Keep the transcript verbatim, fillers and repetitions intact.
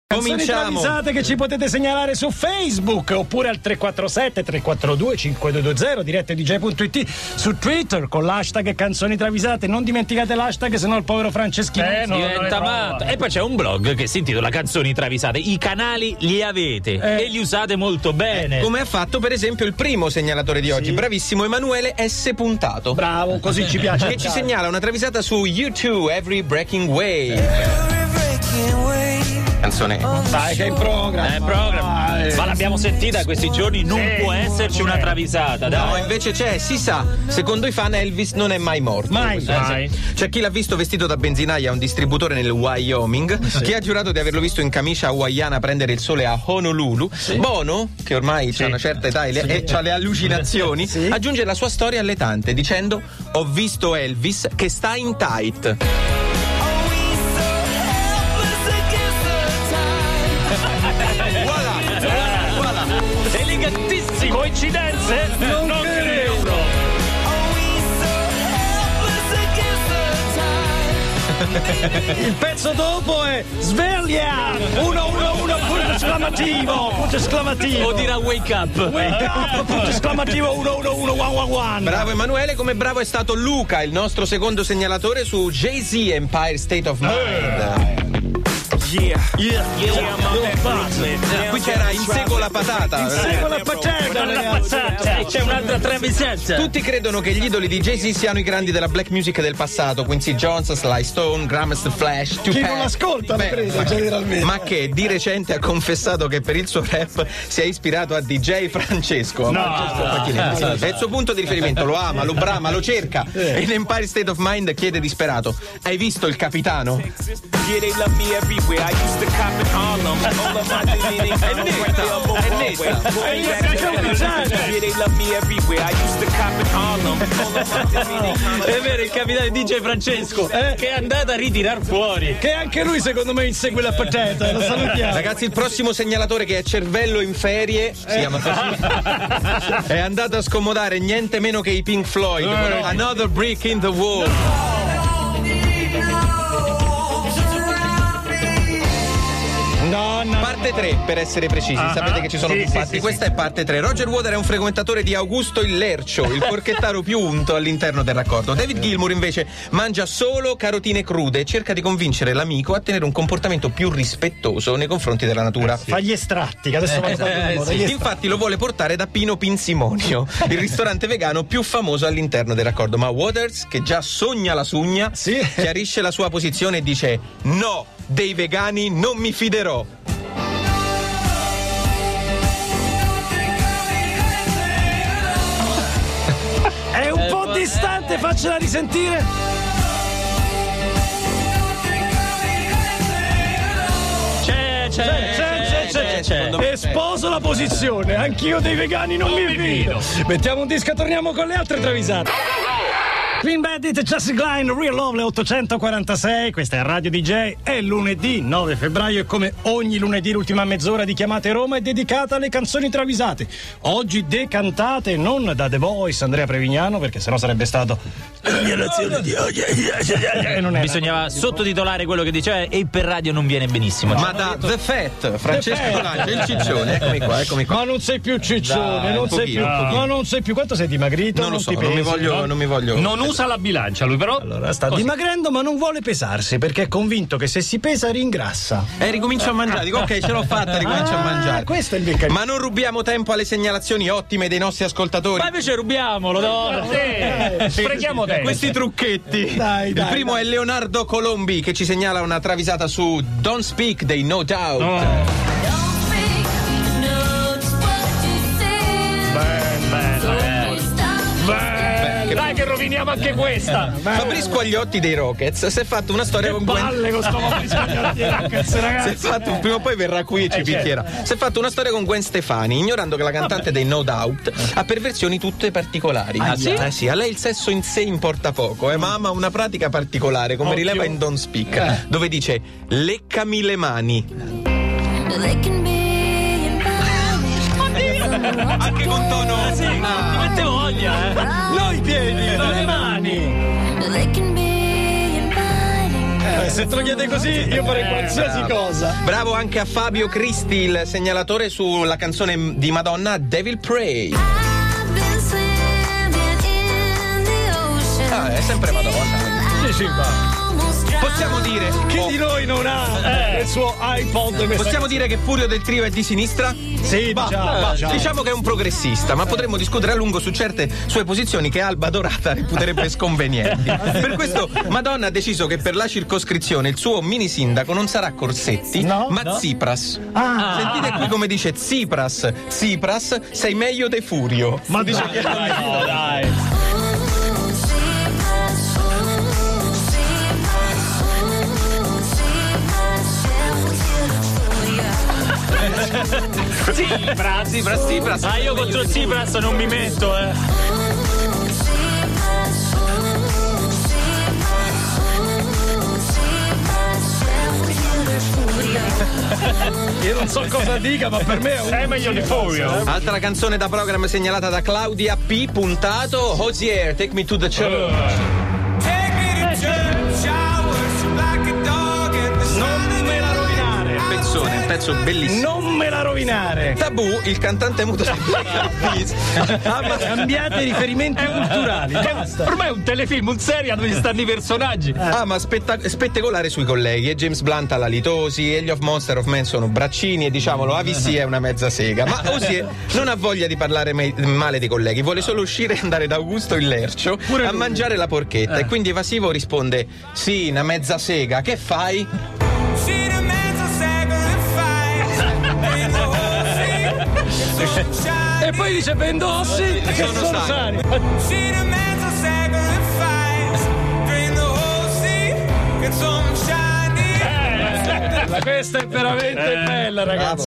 Cominciamo. Travisate che ci potete segnalare su Facebook oppure al tre quattro sette tre quattro due cinque due due zero dirette di j punto it, su Twitter con l'hashtag canzoni travisate. Non dimenticate l'hashtag, sennò il povero Franceschino eh, non diventa matto. E poi c'è un blog che si intitola Canzoni travisate. I canali li avete eh. e li usate molto bene, eh, come ha fatto per esempio il primo segnalatore di oggi, sì. Bravissimo Emanuele S. Puntato. Bravo, così ci piace. Che ci segnala una travisata su U due, Every Breaking Wave. Every breaking wave. Canzone. Dai che è in programma. È in programma. Ma l'abbiamo sentita questi giorni, non sì, può esserci una travisata. Dai. No, invece c'è, si sa, secondo i fan Elvis non è mai morto. Mai, mai. C'è chi l'ha visto vestito da benzinaia a un distributore nel Wyoming, sì. Chi ha giurato di averlo visto in camicia hawaiana prendere il sole a Honolulu. Sì. Bono, che ormai sì. ha una certa età e, le, sì. e ha le allucinazioni, sì. aggiunge la sua storia alletante dicendo: ho visto Elvis che sta in tight. Coincidenze? Non, non credo. Il pezzo dopo è sveglia uno uno uno punto esclamativo punto esclamativo o dirà wake up wake up punto esclamativo uno uno uno uno uno uno. Bravo Emanuele, come bravo è stato Luca, il nostro secondo segnalatore su Jay-Z Empire State of Mind. Yeah, yeah, yeah, yeah. Qui c'era Insego la patata. Insego la patata, ragazzi. C'è un'altra travisata. Tutti credono che gli idoli di Jay-Z siano i grandi della black music del passato, Quincy Jones, Sly Stone, Grandmaster Flash, Chi non ascolta l'ha preso generalmente. Ma che di recente ha confessato che per il suo rap si è ispirato a D J Francesco. No, Francesco. È il suo punto di riferimento, lo ama, lo brama, lo cerca. E in Empire State of Mind chiede disperato: hai visto il capitano? Yeah, they love me everywhere. I used to cop in Harlem. All of my dignity. È netta, è netta. Yeah, they love me everywhere. I used to cop in Harlem. All of my dignity. È vero, il capitano D J Francesco eh? che è andato a ritirar fuori. Che anche lui secondo me insegue la patata. Lo salutiamo. Ragazzi, il prossimo segnalatore, che è cervello in ferie, si eh. chiama così, è andato a scomodare niente meno che i Pink Floyd. Eh. Another Brick in the Wall. No. No, no, parte tre per essere precisi, uh-huh. Sapete che ci sono sì, più sì, parti, sì, questa sì. è parte tre. Roger Water è un frequentatore di Augusto il Lercio, il porchettaro più unto all'interno del raccordo. David Gilmour invece mangia solo carotine crude e cerca di convincere l'amico a tenere un comportamento più rispettoso nei confronti della natura. Eh, sì. Fa gli estratti, che adesso eh, eh, eh, sì. Infatti lo vuole portare da Pino Pinsimonio, il ristorante vegano più famoso all'interno del raccordo. Ma Waters, che già sogna la sugna, sì. chiarisce la sua posizione e dice: no, dei vegani non mi fiderò. È un eh, po' distante, faccela risentire. C'è, c'è, c'è, c'è, c'è, c'è, c'è. E sposo la posizione, anch'io dei vegani non, non mi fido. Mettiamo un disco e torniamo con le altre travisate. Clean Bandit, Chelsea Klein, Real Love, le ottocentoquarantasei, questa è Radio D J, è lunedì nove febbraio e come ogni lunedì l'ultima mezz'ora di Chiamate Roma è dedicata alle canzoni travisate. Oggi decantate non da The Voice Andrea Prevignano, perché sennò sarebbe stato la mia lezione di oggi. E non bisognava sottotitolare quello che diceva e per radio non viene benissimo. Ma da The Fat, Francesco Lange, il ciccione, eccomi qua, eccomi qua. Ma non sei più ciccione, Dai, non sei pochino, più, ma non sei più, quanto sei dimagrito? Non lo non so, ti non mi pesi, voglio, no? non mi voglio. Non usa la bilancia lui, però allora sta così dimagrendo, ma non vuole pesarsi perché è convinto che se si pesa ringrassa. Eh, ricomincio a mangiare. Dico ok, ce l'ho fatta, ricomincio ah, a mangiare. Questo è il meccanismo. Ma non rubiamo tempo alle segnalazioni ottime dei nostri ascoltatori. Ma invece rubiamolo, no? Sì. Sprechiamo tempo. Questi trucchetti. Dai, dai, il primo dai. è Leonardo Colombi, che ci segnala una travisata su Don't Speak dei No Doubt. No. Dai che roviniamo anche questa. Fabrizio Quagliotti dei Rockets si è fatto una storia che con palle Gwen. con sto Fabrizio Quagliotti dei Rockets, ragazzi. Si è fatto, prima o poi verrà qui e ci eh, picchierà. certo. Si è fatto una storia con Gwen Stefani, ignorando che la cantante Vabbè. dei No Doubt ha perversioni tutte particolari. Ah, sì? Eh sì, a lei il sesso in sé importa poco, eh, ma ama una pratica particolare, come Occhio. rileva in Don't Speak, eh. dove dice: leccami le mani. Anche con tono. Ah, sì, ah. ti mette voglia, eh. Noi piedi, le mani. Eh. Eh, se te lo chiede così, io farei qualsiasi bravo. cosa. Bravo anche a Fabio Cristi, il segnalatore sulla canzone di Madonna Devil Pray. Ah, è sempre Madonna. Sì, sì, va. Possiamo dire Chi oh, di noi non ha eh, il suo iPod? Possiamo dire che Furio del Trio è di sinistra? Sì, Va, diciamo, va, diciamo. diciamo che è un progressista, ma potremmo discutere a lungo su certe sue posizioni che Alba Dorata reputerebbe sconvenienti. Per questo Madonna ha deciso che per la circoscrizione il suo mini sindaco non sarà Corsetti, No, ma no. Tsipras. Ah. Sentite qui come dice Tsipras. Tsipras, sei meglio de Furio. Ma dice che dai, no, dai. Tsipras, Tsipras, Tsipras. Ah, io contro Tsipras non mi metto, eh. Io non so cosa dica, ma per me è un... È meglio di Furio. Altra canzone da programma segnalata da Claudia P. Puntato, Hosier, Take Me to the Church. Take me to church, I worship like a dog at the Non me la rovinare. Pezzone, un pezzo bellissimo. Non me la rovinare. Tabù, il cantante muto Ah, ma cambiate riferimenti culturali. Basta. Ormai è un telefilm, un serial dove stanno i personaggi. Ah, ma spetta- spettacolare sui colleghi. E James Blunt alla litosi, Ellie of Monster of Men sono braccini e diciamolo, A V C è una mezza sega. Ma Osie non ha voglia di parlare me- male dei colleghi, vuole solo uscire e andare da Augusto il Lercio Pure a lui. mangiare la porchetta. E quindi evasivo risponde: sì, una mezza sega, che fai? She the mental sacrifice. Ain't no sunshine. E poi dice vendossi che Sono sono sani. She the mental sacrifice. Drain the whole sea. Get some shiny. Questa è veramente bella, ragazzi.